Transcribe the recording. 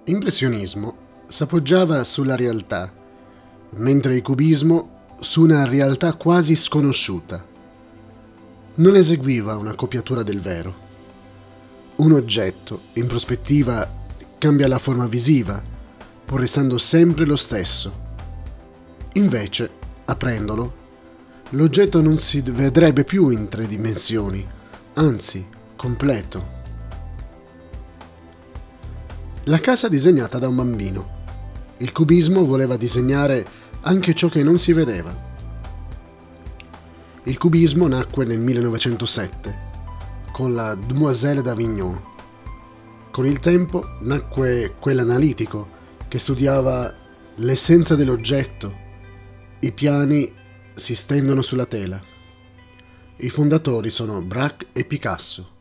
L'impressionismo s'appoggiava sulla realtà, mentre il cubismo su una realtà quasi sconosciuta. Non eseguiva una copiatura del vero. Un oggetto, in prospettiva, cambia la forma visiva, pur restando sempre lo stesso. Invece, aprendolo, l'oggetto non si vedrebbe più in 3 dimensioni, anzi, completo. La casa disegnata da un bambino. Il cubismo voleva disegnare anche ciò che non si vedeva. Il cubismo nacque nel 1907 con la Demoiselle d'Avignon. Con il tempo nacque quell'analitico che studiava l'essenza dell'oggetto. I piani si stendono sulla tela. I fondatori sono Braque e Picasso.